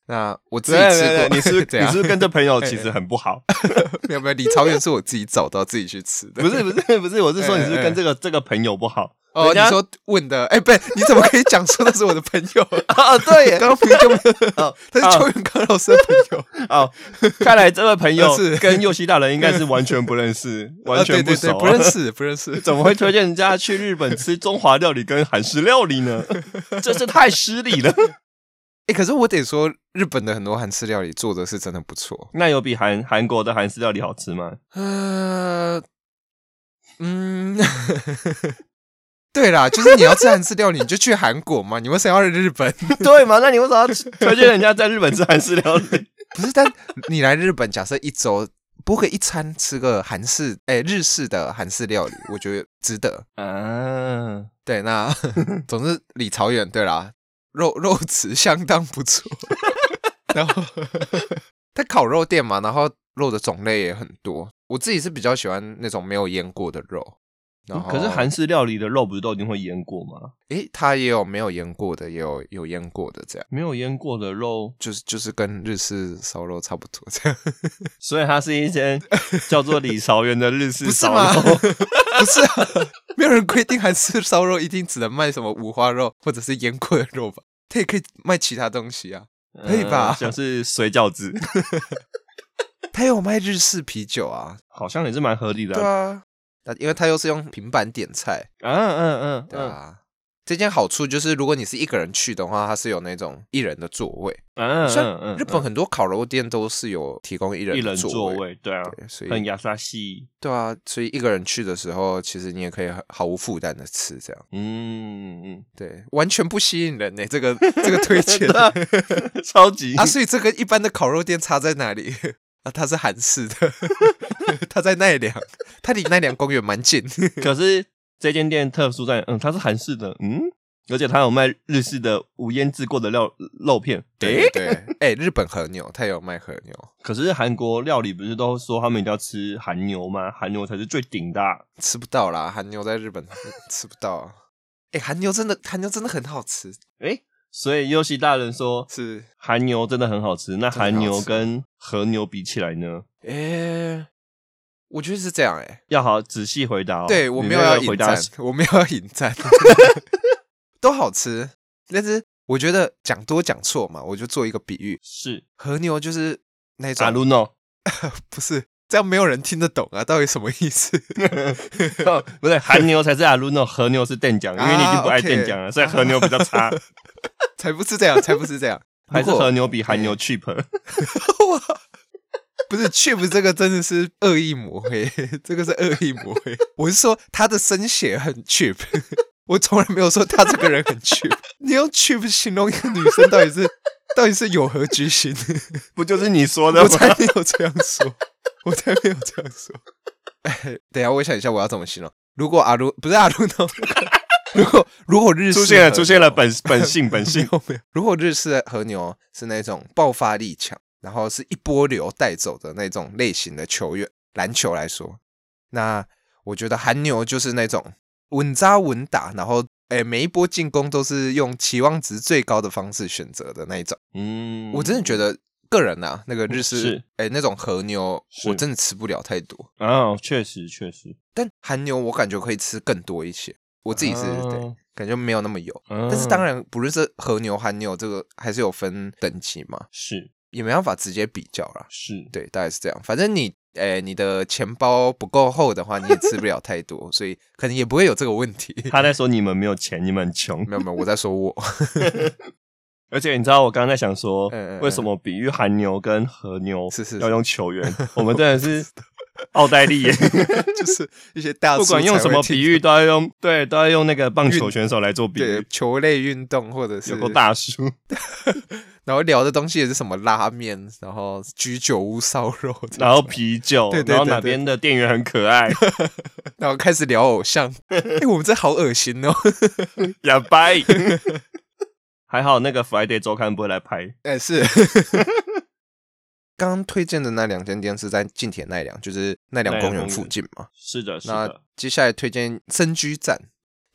Speaker 1: 那我自己吃过，
Speaker 2: 你是你是不是跟这朋友其实很不好？
Speaker 1: 没有没有，李朝元是我自己找到自己去吃的。
Speaker 2: 不是不是不是，我是说你是不是跟这个、欸欸、这个朋友不好？
Speaker 1: 哦，你说问的，哎、欸，不是，你怎么可以讲出那是我的朋友
Speaker 2: 啊？对耶，
Speaker 1: 刚刚朋友就没有，哦、他是邱元康老师的朋友。
Speaker 2: 哦，看来这位朋友跟佑熙大人应该是完全不认识，完全不熟、啊
Speaker 1: 对对对，不认识，不认识。
Speaker 2: 怎么会推荐人家去日本吃中华料理跟韩式料理呢？这是太失礼了。
Speaker 1: 哎、欸，可是我得说，日本的很多韩式料理做的是真的不错。
Speaker 2: 那有比韩韩国的韩式料理好吃吗？
Speaker 1: 呃，嗯。对啦，就是你要吃韩式料理，你就去韩国嘛。你为什么要来日本？
Speaker 2: 对嘛？那你为什么要推荐人家在日本吃韩式料理？
Speaker 1: 不是，但你来日本，假设一周不可以一餐吃个韩式，哎、欸，日式的韩式料理，我觉得值得啊。对，那总之李朝元对啦，肉肉质相当不错。然后它烤肉店嘛，然后肉的种类也很多。我自己是比较喜欢那种没有腌过的肉。
Speaker 2: 嗯、可是韩式料理的肉不是都一定会腌过吗？
Speaker 1: 诶，它也有没有腌过的，也有有腌过的，这样
Speaker 2: 没有腌过的肉
Speaker 1: 就是就是跟日式烧肉差不多这样。
Speaker 2: 所以它是一间叫做李朝元的日式烧肉。
Speaker 1: 不是吗？不是啊，没有人规定韩式烧肉一定只能卖什么五花肉或者是腌过的肉吧？它也可以卖其他东西啊，可以吧？
Speaker 2: 呃、像是水饺子。
Speaker 1: 它有卖日式啤酒啊，
Speaker 2: 好像也是蛮合理的、啊。
Speaker 1: 对啊。因为他又是用平板点菜，
Speaker 2: 嗯嗯嗯，
Speaker 1: 对啊。这件好处就是，如果你是一个人去的话，它是有那种一人的座位。
Speaker 2: 嗯
Speaker 1: 嗯嗯，日本很多烤肉店都是有提供一人的座位，
Speaker 2: 一人座位，对啊，
Speaker 1: 对，所以
Speaker 2: 很優しい。
Speaker 1: 对啊，所以一个人去的时候，其实你也可以毫无负担的吃，这样。
Speaker 2: 嗯嗯，
Speaker 1: 对，完全不吸引人呢、欸。这个这个推荐，
Speaker 2: 超级
Speaker 1: 啊！所以这个一般的烤肉店差在哪里？啊，它是韩式的，它在奈良，它离奈良公园蛮近。
Speaker 2: 可是这间店特殊在，嗯，它是韩式的，嗯，而且它有卖日式的无腌制过的料肉片。
Speaker 1: 对对，哎、欸，日本和牛，它有卖和牛。
Speaker 2: 可是韩国料理不是都说他们一定要吃韩牛吗？韩牛才是最顶的、啊。
Speaker 1: 吃不到啦，韩牛在日本吃不到。哎、欸，韩牛真的，韩牛真的很好吃。
Speaker 2: 哎、欸。所以优熙大人说
Speaker 1: 是
Speaker 2: 韩牛真的很好吃，那韩牛跟和牛比起来呢？
Speaker 1: 诶、欸，我觉得是这样诶、欸，
Speaker 2: 要好仔细回答哦。
Speaker 1: 对，我没有要引战，我没有要引战，都好吃，但是我觉得讲多讲错嘛，我就做一个比喻，
Speaker 2: 是
Speaker 1: 和牛就是那种
Speaker 2: 阿鲁诺，
Speaker 1: 不是。这样没有人听得懂啊，到底什么意思？
Speaker 2: 哦、不是，韩牛才是阿鲁诺，和牛是电浆，因为你已经不爱电浆了，啊 okay、所以和牛比较差。
Speaker 1: 才不是这样，才不是这样，
Speaker 2: 还是和牛比韩牛 cheap。
Speaker 1: 不是 cheap 这个真的是恶意抹黑，这个是恶意抹黑。我是说他的声写很 cheap， 我从来没有说他这个人很 cheap。你用 cheap 形容一个女生，到底是到底是有何居心？
Speaker 2: 不就是你说的吗？
Speaker 1: 我才没有这样说。我才没有这样说。哎，等一下，我想一下我要怎么形容。如果阿鲁不是阿鲁诺，如果如果日式
Speaker 2: 出现了出现了本本性本性
Speaker 1: 没有没有。如果日式的和牛是那种爆发力强，然后是一波流带走的那种类型的球员，篮球来说，那我觉得韩牛就是那种稳扎稳打，然后哎每一波进攻都是用期望值最高的方式选择的那一种。嗯，我真的觉得。个人啊，那个日式哎、欸，那种和牛我真的吃不了太多
Speaker 2: 啊，确实确实。
Speaker 1: 但韩牛我感觉可以吃更多一些，我自己是、啊、对，感觉没有那么油。啊、但是当然，不论是和牛、韩牛，这个还是有分等级嘛，
Speaker 2: 是
Speaker 1: 也没办法直接比较啦。
Speaker 2: 是
Speaker 1: 对，大概是这样。反正你哎、欸，你的钱包不够厚的话，你也吃不了太多，所以可能也不会有这个问题。
Speaker 2: 他在说你们没有钱，你们很穷。
Speaker 1: 没有没有，我在说我。
Speaker 2: 而且你知道我刚刚在想说，
Speaker 1: 嗯嗯嗯
Speaker 2: 为什么比喻韩牛跟和牛
Speaker 1: 是是
Speaker 2: 要用球员？我们真的是奥黛丽耶，
Speaker 1: 就是一些大
Speaker 2: 不管用什么比喻都要用，对，都要用那个棒球选手来做比喻，
Speaker 1: 球类运动或者是
Speaker 2: 有够大叔。
Speaker 1: 然后聊的东西也是什么拉面，然后居酒屋烧肉，
Speaker 2: 然后啤酒，
Speaker 1: 对对对对，
Speaker 2: 然后哪边的店员很可爱，
Speaker 1: 然后开始聊偶像。哎、欸，我们这好恶心哦，
Speaker 2: 哑巴。还好那个 Friday 周刊不会来拍。
Speaker 1: 哎、欸，是。刚刚推荐的那两间店是在近铁奈良，就是奈良公园附近嘛。
Speaker 2: 是的，是
Speaker 1: 的。那接下来推荐深居站，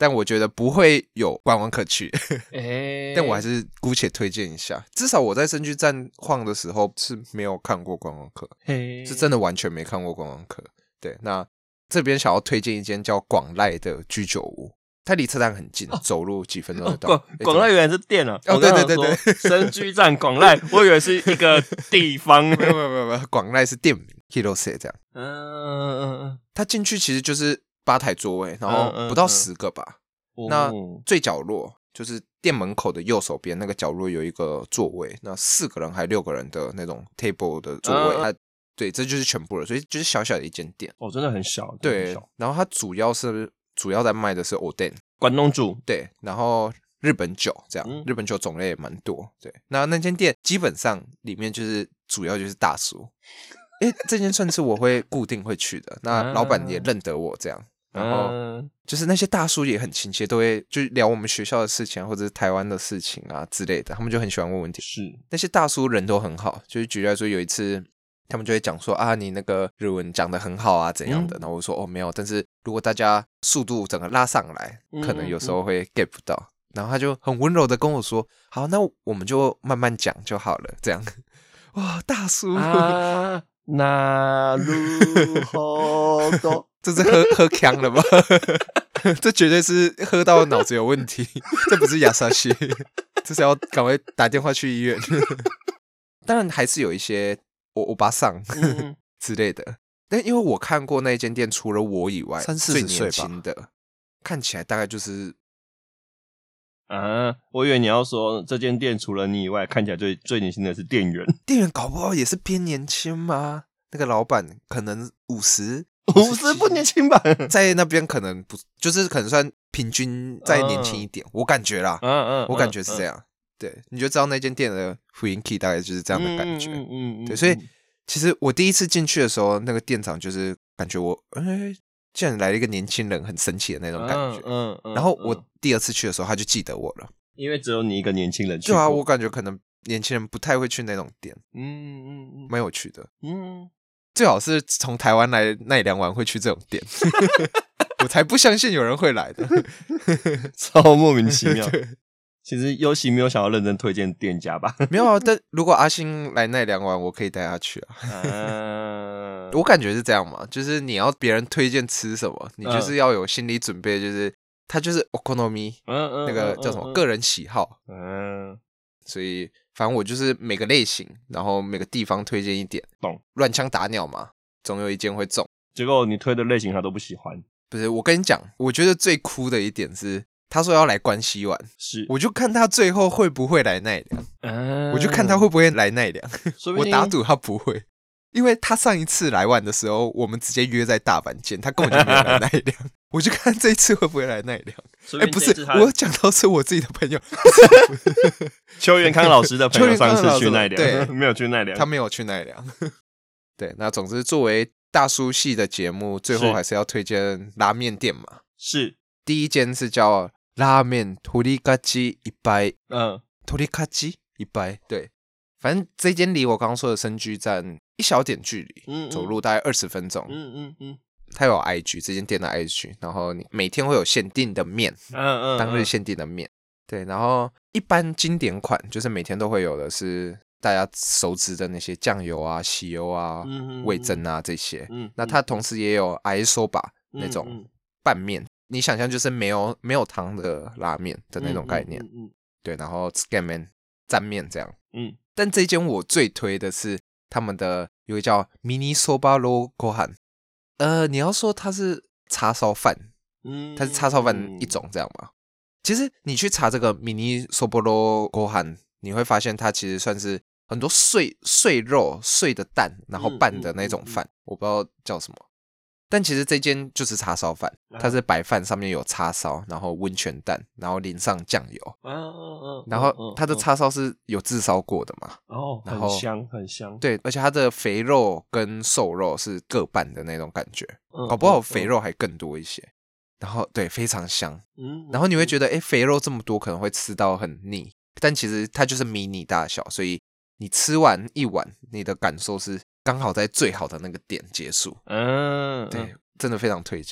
Speaker 1: 但我觉得不会有观光客去。
Speaker 2: 欸、
Speaker 1: 但我还是姑且推荐一下，至少我在深居站晃的时候是没有看过观光客，是真的完全没看过观光客。对，那这边想要推荐一间叫广濑的居酒屋，它离车站很近，哦、走路几分钟就到。
Speaker 2: 广广濑原来是店啊！
Speaker 1: 哦，对对对对，
Speaker 2: 深居站广濑，我以为是一个地方。
Speaker 1: 没有没有没有，广濑是店名 ，Hirose 这样。
Speaker 2: 嗯嗯嗯，
Speaker 1: 它进去其实就是吧台座位，然后不到十个吧。嗯嗯嗯、那最角落就是店门口的右手边那个角落有一个座位，那四个人还六个人的那种 table 的座位。嗯、它对，这就是全部了，所以就是小小的一间店。
Speaker 2: 哦，真的很小。
Speaker 1: 对，然后它主要是主要在卖的是 Oden
Speaker 2: 关东煮，
Speaker 1: 对，然后日本酒这样，嗯、日本酒种类也蛮多。对，那那间店基本上里面就是主要就是大叔。因为这间算是我会固定会去的，那老板也认得我这样，然后就是那些大叔也很亲切，都会就聊我们学校的事情或者是台湾的事情啊之类的，他们就很喜欢问问题。
Speaker 2: 是
Speaker 1: 那些大叔人都很好，就是举例来说，有一次他们就会讲说啊，你那个日文讲得很好啊怎样的，嗯、然后我说哦没有，但是如果大家速度整个拉上来，可能有时候会 get 不到，嗯嗯嗯然后他就很温柔的跟我说，好，那我们就慢慢讲就好了，这样。哇，大叔。啊
Speaker 2: 那如何的？
Speaker 1: 这是喝喝呛了吗？这绝对是喝到脑子有问题，这不是亚沙西，这是要赶快打电话去医院。当然还是有一些欧欧巴桑之类的，但因为我看过那间店，除了我以外，
Speaker 4: 三四十岁吧，
Speaker 1: 最年轻的看起来大概就是
Speaker 2: 啊，我以为你要说这间店除了你以外，看起来最最年轻的是店员。
Speaker 1: 店员搞不好也是偏年轻吗？那个老板可能五十，
Speaker 2: 五十不年轻吧？
Speaker 1: 在那边可能不，就是可能算平均再年轻一点，嗯、我感觉啦，嗯嗯，我感觉是这样。嗯、对，你就知道那间店的雰囲気大概就是这样的感觉。嗯 嗯, 嗯, 嗯对，所以其实我第一次进去的时候，那个店长就是感觉我，哎、欸，竟然来了一个年轻人，很神奇的那种感觉。嗯 嗯, 嗯然后我第二次去的时候，他就记得我了，
Speaker 2: 因为只有你一个年轻人去过。
Speaker 1: 对啊，我感觉可能年轻人不太会去那种店。
Speaker 2: 嗯嗯嗯，
Speaker 1: 蛮有趣的。嗯。最好是从台湾来奈良玩会去这种店，我才不相信有人会来的，
Speaker 2: 超莫名其妙。其实优喜没有想要认真推荐店家吧？
Speaker 1: 没有啊，但如果阿星来奈良玩，我可以带他去啊。啊我感觉是这样嘛，就是你要别人推荐吃什么，你就是要有心理准备，就是他就是 okonomi， 那个叫什么个人喜好。嗯，所以。反正我就是每个类型，然后每个地方推荐一点，
Speaker 2: 懂？
Speaker 1: 乱枪打鸟嘛，总有一间会中。
Speaker 2: 结果你推的类型他都不喜欢。
Speaker 1: 不是，我跟你讲，我觉得最酷的一点是，他说要来关西玩，
Speaker 2: 是，
Speaker 1: 我就看他最后会不会来奈良，嗯、我就看他会不会来奈良，我打赌他不会。因为他上一次来玩的时候，我们直接约在大阪见，他根本就没有来奈良。我就看这一次会不会来奈良。哎、欸，不是，我讲到是我自己的朋友，
Speaker 2: 邱元康老师的朋友上次去奈良，
Speaker 1: 对，
Speaker 2: 没有去奈良，
Speaker 1: 他没有去奈良。对，那总之作为大叔系的节目，最后还是要推荐拉面店嘛。
Speaker 2: 是，
Speaker 1: 第一间是叫拉面鳥かじ一杯，嗯，鳥かじ一杯，对。反正这间离我刚刚说的深居站一小点距离，嗯嗯走路大概二十分钟。嗯嗯嗯，它有 I G 这间店的 I G， 然后你每天会有限定的面，嗯 嗯, 嗯，当日限定的面。对，然后一般经典款就是每天都会有的是大家熟知的那些酱油啊、喜油啊、嗯嗯味噌啊这些。嗯，那它同时也有 I soba 那种拌面，嗯嗯你想象就是没有没有汤的拉面的那种概念。嗯, 嗯, 嗯, 嗯对，然后 tsukemen 沾面这样。嗯。但这一间我最推的是他们的有一个叫 mini soba roll gohan， 呃，你要说它是叉烧饭，嗯，它是叉烧饭一种这样吗？其实你去查这个 mini soba roll gohan， 你会发现它其实算是很多碎碎肉、碎的蛋，然后拌的那种饭，我不知道叫什么。但其实这间就是叉烧饭，它是白饭上面有叉烧，然后温泉蛋，然后淋上酱油，然后它的叉烧是有炙烧过的嘛，
Speaker 2: 哦，
Speaker 1: 然后
Speaker 2: 很香很香，
Speaker 1: 对，而且它的肥肉跟瘦肉是各半的那种感觉，搞不好肥肉还更多一些，然后对，非常香，然后你会觉得，哎，肥肉这么多可能会吃到很腻，但其实它就是迷你大小，所以你吃完一碗，你的感受是刚好在最好的那个点结束，嗯，对，真的非常推荐。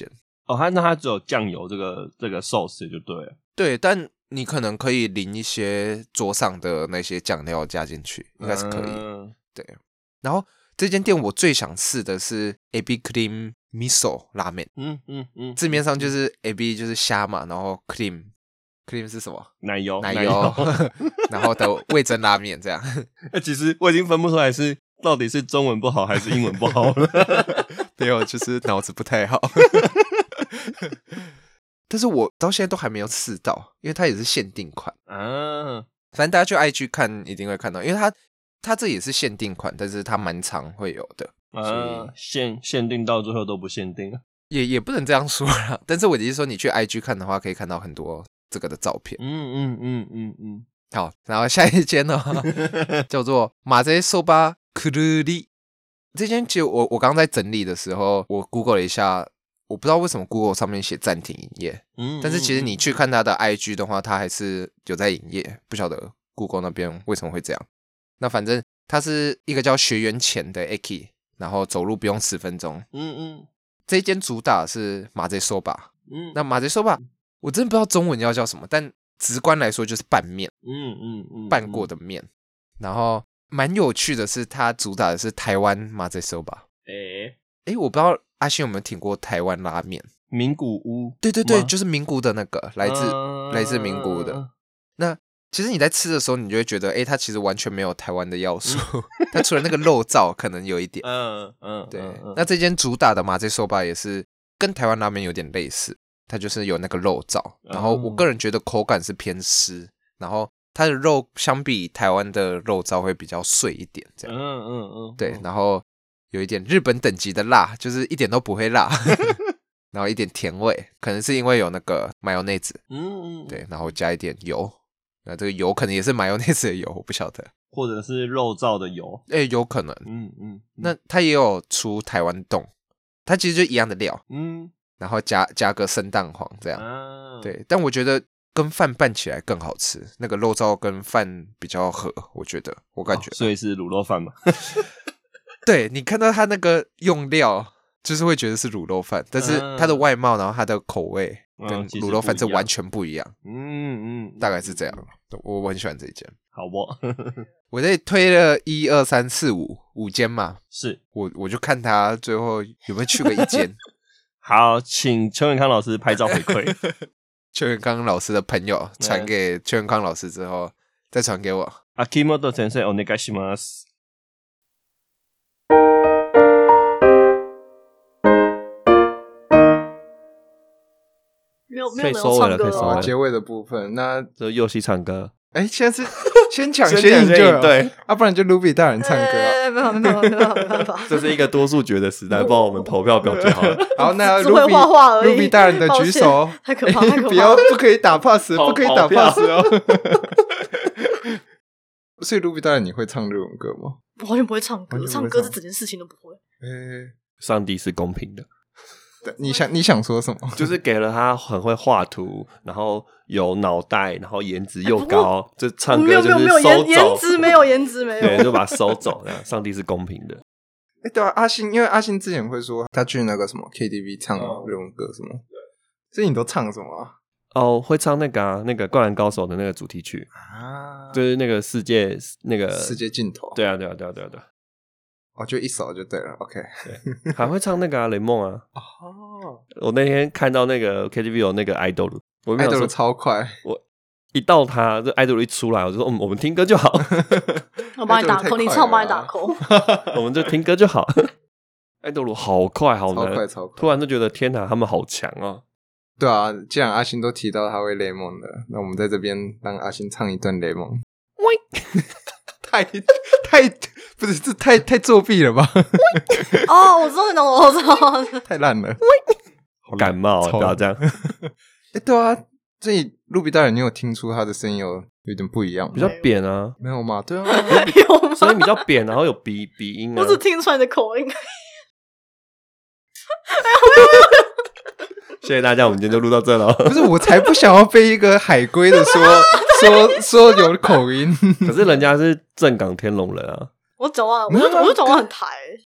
Speaker 2: 哦，它那它只有酱油这个这个寿司就对了。
Speaker 4: 对，但你可能可以淋一些桌上的那些酱料加进去，应该是可以。嗯、对，然后这间店我最想试的是 ebi cream miso 拉面。嗯嗯嗯，字面上就是 ebi 就是虾嘛，然后 cream cream 是什么？
Speaker 2: 奶油，
Speaker 4: 奶油，然后的味噌拉面这样。
Speaker 2: 其实我已经分不出来是到底是中文不好还是英文不好了。
Speaker 4: 没有，就是脑子不太好。但是我到现在都还没有试到，因为它也是限定款啊。反正大家去 I G 看一定会看到，因为它它这也是限定款，但是它蛮常会有的。
Speaker 2: 啊，限限定到最后都不限定，
Speaker 4: 也也不能这样说啦。但是我只是说，你去 I G 看的话，可以看到很多这个的照片。嗯嗯嗯嗯嗯。好，然后下一间呢，叫做马泽寿巴库鲁里。这间其实我我刚刚在整理的时候，我 Google 了一下。我不知道为什么 Google 上面写暂停营业，嗯，但是其实你去看他的 I G 的话，他还是有在营业，不晓得 Google 那边为什么会这样。那反正它是一个叫学园前的 Eki， 然后走路不用十分钟。嗯嗯，这一间主打是马贼soba，嗯，那马贼soba我真的不知道中文要叫什么，但直观来说就是拌面，嗯嗯嗯，拌过的面。然后蛮有趣的是，它主打的是台湾马贼soba。诶诶，我不知道阿信有没有听过台湾拉面？
Speaker 2: 名古屋？
Speaker 4: 对对对，就是名古屋的那个，来自、呃、来自名古屋的。那其实你在吃的时候，你就会觉得，哎，它其实完全没有台湾的要素，它除了那个肉燥可能有一点。嗯嗯，对。嗯、那这间主打的马贼soba也是跟台湾拉面有点类似，它就是有那个肉燥，然后我个人觉得口感是偏湿，然后它的肉相比台湾的肉燥会比较碎一点，这样。嗯嗯嗯，对，然后。有一点日本等级的辣，就是一点都不会辣，然后一点甜味，可能是因为有那个 mayonnaise， 嗯嗯，对，然后加一点油，那这个油可能也是 mayonnaise 的油，我不晓得，
Speaker 2: 或者是肉燥的油，
Speaker 4: 哎、欸，有可能，嗯嗯，那它也有出台湾冻，它其实就一样的料，嗯，然后加加个生蛋黄这样，啊、对，但我觉得跟饭拌起来更好吃，那个肉燥跟饭比较合，我觉得，我感觉，哦、
Speaker 2: 所以是卤肉饭嘛。
Speaker 4: 对，你看到它那个用料，就是会觉得是卤肉饭，但是它的外貌，然后它的口味跟卤肉饭是完全不一样。嗯嗯，大概是这样。我我很喜欢这一间。
Speaker 2: 好不？
Speaker 4: 我这里推了一二三四五五间嘛，
Speaker 2: 是
Speaker 4: 我我就看他最后有没有去过一间。
Speaker 2: 好，请邱元康老师拍照回馈。
Speaker 4: 邱元康老师的朋友传给邱元康老师之后，再传给我。
Speaker 2: Akimoto先生，お願いします。
Speaker 3: 可以收尾了，可以收尾了。
Speaker 1: 结尾的部分，那
Speaker 2: 这佑希唱歌。
Speaker 1: 哎，现在是先抢先赢就
Speaker 2: 对，
Speaker 1: 啊，不然就 Ruby 大人唱歌、啊。
Speaker 3: 没有没有没有没有没办法，
Speaker 2: 这是一个多数决的时代，帮我们投票表决好了。
Speaker 1: 好，那
Speaker 3: Ruby 画画而已
Speaker 1: Ruby 大人的举手，
Speaker 3: 太可怕，太可怕，
Speaker 1: 不要不可以打 pass， 不可以打 pass 哦。所以 Ruby 大人，你会唱日文歌吗？
Speaker 3: 我完全不会唱歌，唱歌这整件事情都不会。
Speaker 1: 欸、
Speaker 2: 上帝是公平的。
Speaker 1: 你想你想说什么？
Speaker 2: 就是给了他很会画图，然后有脑袋，然后颜值又高，这、欸、唱歌就是收走。
Speaker 3: 颜值没有，颜值没有，
Speaker 2: 对，就把它收走。上帝是公平的。
Speaker 1: 哎、欸，对啊，阿信，因为阿信之前会说他去那个什么 K T V 唱日文歌什么，所以你都唱什么、啊？
Speaker 2: 哦，会唱那个啊，那个《灌篮高手》的那个主题曲啊，就是那个世界那个
Speaker 1: 世界尽头。
Speaker 2: 对啊，对啊，对啊，对啊，对啊。
Speaker 1: 哦，就一首就对了 ，OK。
Speaker 2: 对，还会唱那个啊，雷梦啊。哦，我那天看到那个 K T V 有那个 idol， 我
Speaker 1: idol 超快。
Speaker 2: 我一到他这 idol 一出来，我就说，嗯，我们听歌就好。
Speaker 3: 我帮你打 call， 你唱，我帮你打 call。
Speaker 2: 我们就听歌就好。idol 好快，好难，
Speaker 1: 超快，超快。
Speaker 2: 突然就觉得天哪，他们好强啊！
Speaker 1: 对啊，既然阿星都提到他会雷梦的，那我们在这边让阿星唱一段雷梦。喂。太太不是这太太作弊了吧？
Speaker 3: 哦，我终于懂了，我知道，
Speaker 1: 太烂了，
Speaker 2: 好感冒，不要这样。
Speaker 1: 哎、欸，对啊，所以路比大人，你有听出他的声音有有点不一样吗？
Speaker 2: 比较扁啊，
Speaker 1: 没有吗？对啊，
Speaker 3: 有吗？
Speaker 2: 声音比较扁，然后有鼻鼻音啊。
Speaker 3: 我只听出来你的口音。
Speaker 2: 谢谢大家，我们今天就录到这了。
Speaker 1: 不是，我才不想要被一个海归的说说说有口音。
Speaker 2: 可是人家是正港天龙人啊。
Speaker 3: 我讲话，我就我就讲话很台。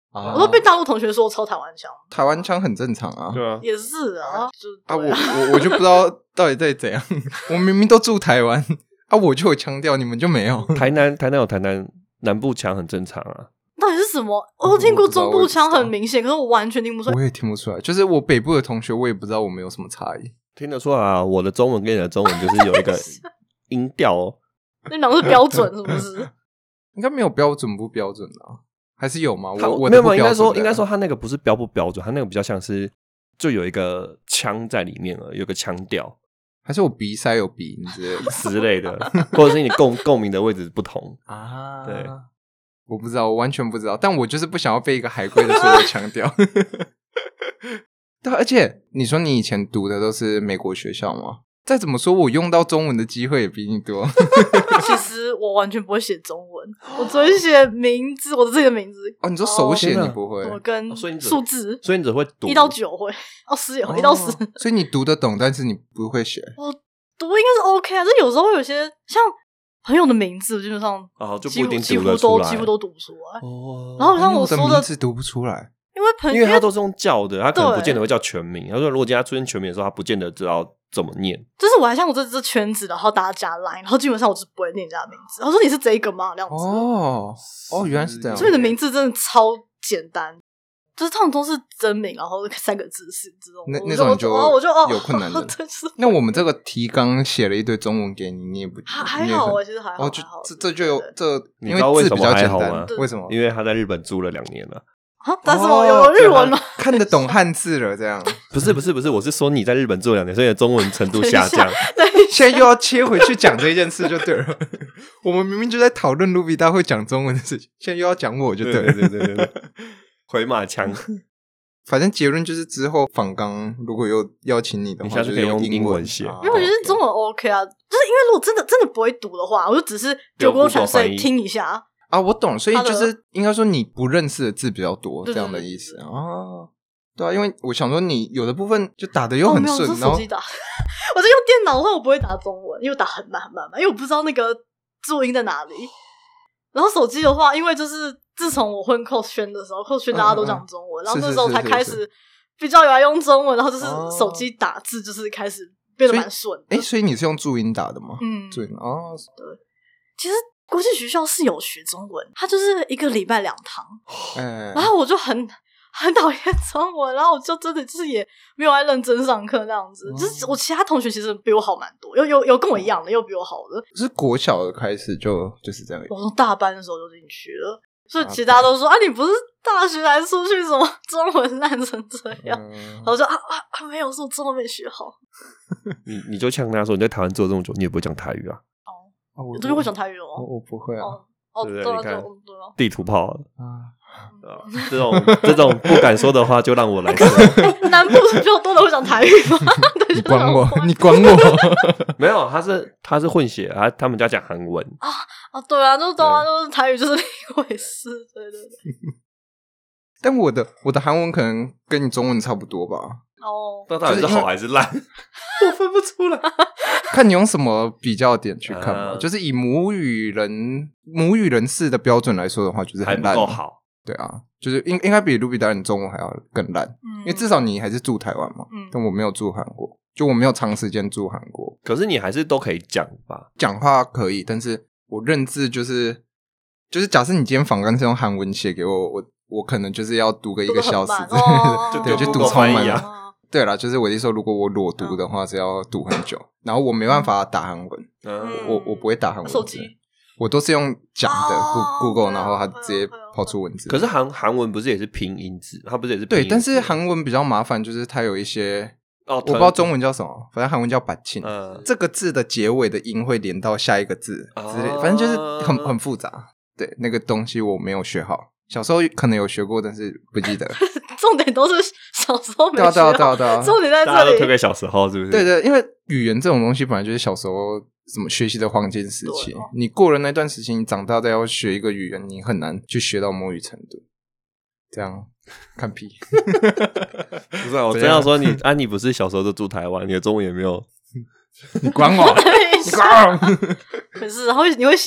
Speaker 1: 啊、
Speaker 3: 我都被大陆同学说我超台湾腔，
Speaker 1: 台湾腔很正常啊。
Speaker 2: 对啊，
Speaker 3: 也是啊，就
Speaker 1: 啊，我我我就不知道到底在怎样。我明明都住台湾啊，我就有腔调，你们就没有。
Speaker 2: 台南台南有台南南部腔，很正常啊。
Speaker 3: 到底是什么？我有听过中部腔很明显，可是我完全听不出来。
Speaker 1: 我也听不出来，就是我北部的同学，我也不知道我们有什么差异。
Speaker 2: 听得出来啊，我的中文跟你的中文就是有一个音调哦。
Speaker 3: 那两个是标准是不是？
Speaker 1: 应该没有标准不标准啊，还是有吗？我我
Speaker 2: 没有，应该说应该说他那个不是标不标准，他那个比较像是就有一个腔在里面了，有个腔调，
Speaker 1: 还是我鼻塞有鼻音之类的
Speaker 2: 之类的，或者是你共共鸣的位置不同
Speaker 1: 啊？
Speaker 2: 对，
Speaker 1: 我不知道，我完全不知道，但我就是不想要被一个海归的说我腔调。对，而且你说你以前读的都是美国学校吗？再怎么说，我用到中文的机会也比你多。
Speaker 3: 其实我完全不会写中文，我只会写名字，我的自己的名字。
Speaker 1: 哦，你说手写你不会？
Speaker 3: 我跟数字，
Speaker 2: 所以你只会读
Speaker 3: 一到九会，哦，十也会，一到十。
Speaker 1: 所以你读得懂，但是你不会写。
Speaker 3: 我读应该是 OK 啊，但有时候会有些像朋友的名字，基本上
Speaker 2: 哦就不一定
Speaker 3: 几乎
Speaker 2: 读得出来，
Speaker 3: 几乎都读不出来。
Speaker 2: 哦，
Speaker 3: 然后像我说
Speaker 1: 的名字读不出来。
Speaker 3: 因为朋友，
Speaker 2: 因为他都是用叫的，他可能不见得会叫全名。他说，如果今天他出现全名的时候，他不见得知道怎么念。
Speaker 3: 就是我还像我这这圈子，然后大家加 line， 然后基本上我就是不会念人家的名字。他说你是这个吗？这样子。
Speaker 1: 哦哦，原来是这样。
Speaker 3: 所以你的名字真的超简单，就是他们都是真名，然后三个字是这种。
Speaker 1: 那那种就
Speaker 3: 我就哦
Speaker 1: 有困难的。那我们这个提纲写了一堆中文给你，你也不
Speaker 3: 还还好啊，其实还好。
Speaker 1: 哦，就这这就有这，
Speaker 2: 你知道为什么还好吗？
Speaker 1: 为什么？
Speaker 2: 因为他在日本住了两年了。
Speaker 3: 啊！但是我有日文吗？
Speaker 1: 看得懂汉字了，这样
Speaker 2: 不是不是不是，我是说你在日本住了两年，所以中文程度下降。
Speaker 1: 现在又要切回去讲这件事就对了。我们明明就在讨论卢比大会讲中文的事情，现在又要讲我就对了，
Speaker 2: 对对对对，回马枪。
Speaker 1: 反正结论就是之后访纲如果有邀请你的话，
Speaker 2: 你下次可以用英文写，
Speaker 3: 因为我觉得中文 OK 啊，就是因为如果真的真的不会读的话，我就只是就Google Translate听一下。
Speaker 1: 啊，我懂，所以就是应该说你不认识的字比较多，这样的意思啊。对啊，因为我想说你有的部分就打的又很顺，
Speaker 3: 然后手机打，我在用电脑的话我不会打中文，因为打很慢很慢慢，因为我不知道那个注音在哪里。然后手机的话，因为就是自从我混扣圈的时候，扣圈大家都讲中文，嗯嗯然后那时候才开始比较有爱用中文，然后就是手机打字就是开始变得蛮顺。
Speaker 1: 哎，所以你是用注音打的吗？
Speaker 3: 嗯，
Speaker 1: 注音哦，
Speaker 3: 对，其实。国际学校是有学中文，它就是一个礼拜两堂，
Speaker 1: 嗯、
Speaker 3: 然后我就很很讨厌中文，然后我就真的就是也没有爱认真上课那样子。嗯、就是我其他同学其实比我好蛮多，有有有跟我一样的，又比我好的。
Speaker 1: 是国小的开始就就是这样，
Speaker 3: 我从大班的时候就进去了，所以其他都说啊，你不是大学还出去什么中文烂成这样，嗯、然后我就啊啊啊没有，是我中文没学好。
Speaker 2: 你你就呛他说你在台湾做这么久，你也不会讲台语啊？
Speaker 3: 哦，你都会讲台语吗？
Speaker 1: 我我不会啊。
Speaker 3: 哦，哦
Speaker 2: 对不
Speaker 3: 对
Speaker 2: 对？你看
Speaker 3: 地
Speaker 2: 图炮
Speaker 1: 啊，
Speaker 2: 这种这种不敢说的话，就让我来说。
Speaker 3: 南部比较多的会讲台语吗？
Speaker 1: 你管我，你管我。
Speaker 2: 没有，他是他是混血，他他们家讲韩文
Speaker 3: 啊啊，对啊，就是懂啊，就是台语就是另一回事，对对对。
Speaker 1: 但我的我的韩文可能跟你中文差不多吧。
Speaker 3: 哦，
Speaker 2: 那到底是好还是烂？我分不出来。
Speaker 1: 看你用什么比较点去看嘛，uh, 就是以母语人母语人士的标准来说的话，就是很烂，
Speaker 2: 还不够好。
Speaker 1: 对啊，就是应应该比卢比达人中文还要更烂，
Speaker 3: 嗯、
Speaker 1: 因为至少你还是住台湾嘛，嗯、但我没有住韩国，就我没有长时间住韩国。
Speaker 2: 可是你还是都可以讲吧？
Speaker 1: 讲话可以，但是我认字就是就是假设你今天访纲是用韩文写给我，我我可能就是要读个一个小时之类的，
Speaker 3: 哦、
Speaker 1: 对，就读超慢
Speaker 2: 啊。
Speaker 1: 对啦，就是我的意思说，如果我裸读的话是要读很久，然后我没办法打韩文，
Speaker 2: 嗯、
Speaker 1: 我我不会打韩文，
Speaker 3: 手机
Speaker 1: 我都是用讲的、哦、Google， 然后它直接跑出文字。
Speaker 2: 可是韩韩文不是也是拼音字，它不是也是拼音字？
Speaker 1: 对，但是韩文比较麻烦，就是它有一些
Speaker 2: 哦，
Speaker 1: 我不知道中文叫什么，反正韩文叫板庆，
Speaker 2: 嗯，
Speaker 1: 这个字的结尾的音会连到下一个字之类，
Speaker 2: 哦、
Speaker 1: 反正就是很很复杂。对，那个东西我没有学好。小时候可能有学过，但是不记得。
Speaker 3: 重点都是小时候没学好，
Speaker 1: 对啊对啊对啊，
Speaker 3: 重点在这里。
Speaker 2: 大家都推给小时候，是不是？
Speaker 1: 对对，因为语言这种东西本来就是小时候什么学习的黄金时期，哦、你过了那段时期，你长大再要学一个语言，你很难去学到母语程度。这样看屁。
Speaker 2: 不是、啊，我真要说你，安、啊、妮不是小时候就住台湾，你的中文也没有。
Speaker 1: 你管我，你管我。
Speaker 3: 可是，然后你会写吧？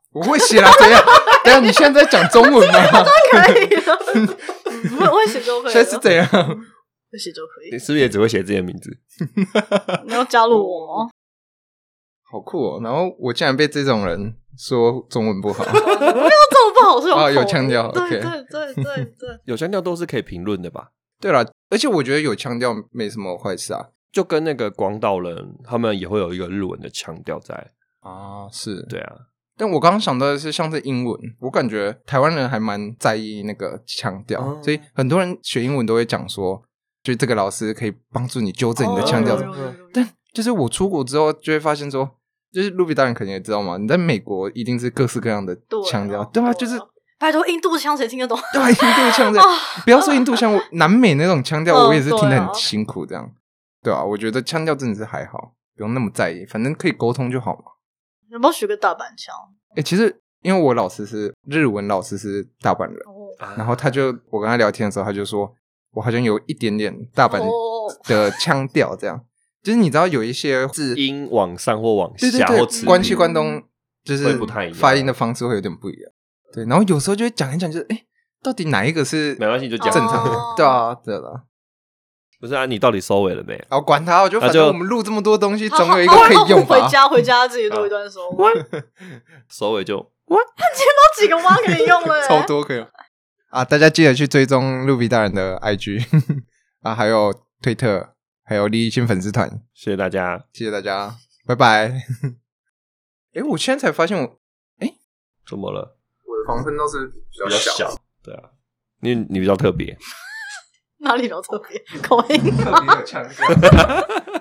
Speaker 1: 我会写啦，怎样？等下你现在在讲中文吗？
Speaker 3: 都可以了，我会写就可以了。
Speaker 1: 现在是怎样？
Speaker 3: 会写就可以。
Speaker 2: 你是不是也只会写自己的名字？
Speaker 3: 你要加入我吗？
Speaker 1: 好酷哦！然后我竟然被这种人说中文不好，
Speaker 3: 没有这么不好，是有
Speaker 1: 啊有腔调，
Speaker 3: 对
Speaker 1: OK
Speaker 3: 对对对对，
Speaker 2: 有腔调都是可以评论的吧？
Speaker 1: 对啦，而且我觉得有腔调没什么坏事啊，
Speaker 2: 就跟那个广岛人，他们也会有一个日文的腔调在
Speaker 1: 啊，是，
Speaker 2: 对啊。
Speaker 1: 但我刚刚想到的是，像是英文，我感觉台湾人还蛮在意那个腔调，哦、所以很多人学英文都会讲说，就这个老师可以帮助你纠正你的腔调、哦。但就是我出国之后就会发现说，就是Ruby大人肯定也知道嘛，你在美国一定是各式各样的腔调，对吧、啊？就是
Speaker 3: 拜托，印度腔谁听得懂？
Speaker 1: 对、啊，印度腔的，不要说印度腔，我南美那种腔调，我也是听得很辛苦，这样，对啊，我觉得腔调真的是还好，不用那么在意，反正可以沟通就好嘛。
Speaker 3: 有没有学个大阪腔？
Speaker 1: 哎、欸，其实因为我老师是日文老师是大阪人、哦，然后他就我跟他聊天的时候，他就说我好像有一点点大阪的腔调，这样、哦，就是你知道有一些字
Speaker 2: 音往上或往下，
Speaker 1: 对对对，
Speaker 2: 或词
Speaker 1: 关西关东就是
Speaker 2: 不太一样，
Speaker 1: 发音的方式会有点不一样。对，然后有时候就会讲一讲，就是哎、欸，到底哪一个是
Speaker 2: 没关系就讲
Speaker 1: 正常的？
Speaker 3: 哦、
Speaker 1: 对啊，对了。
Speaker 2: 不是啊，你到底收尾了没？
Speaker 1: 哦，管他，我就反正我们录这么多东西，总有一个可以用吧。
Speaker 3: 回家回家自己录一段收尾，
Speaker 2: 收尾就
Speaker 3: 哇，今天都几个蛙可以用了，
Speaker 1: 超多可以用啊！大家记得去追踪Ruby大人的 I G 啊，还有推特，还有立新粉丝团。
Speaker 2: 谢谢大家，
Speaker 1: 谢谢大家，拜拜。哎，我现在才发现我，哎，
Speaker 2: 怎么了？
Speaker 1: 我的防喷罩是比较小，
Speaker 2: 比较小对啊，你你比较特别。
Speaker 3: 哪里有特别口音？
Speaker 1: 特别有腔调。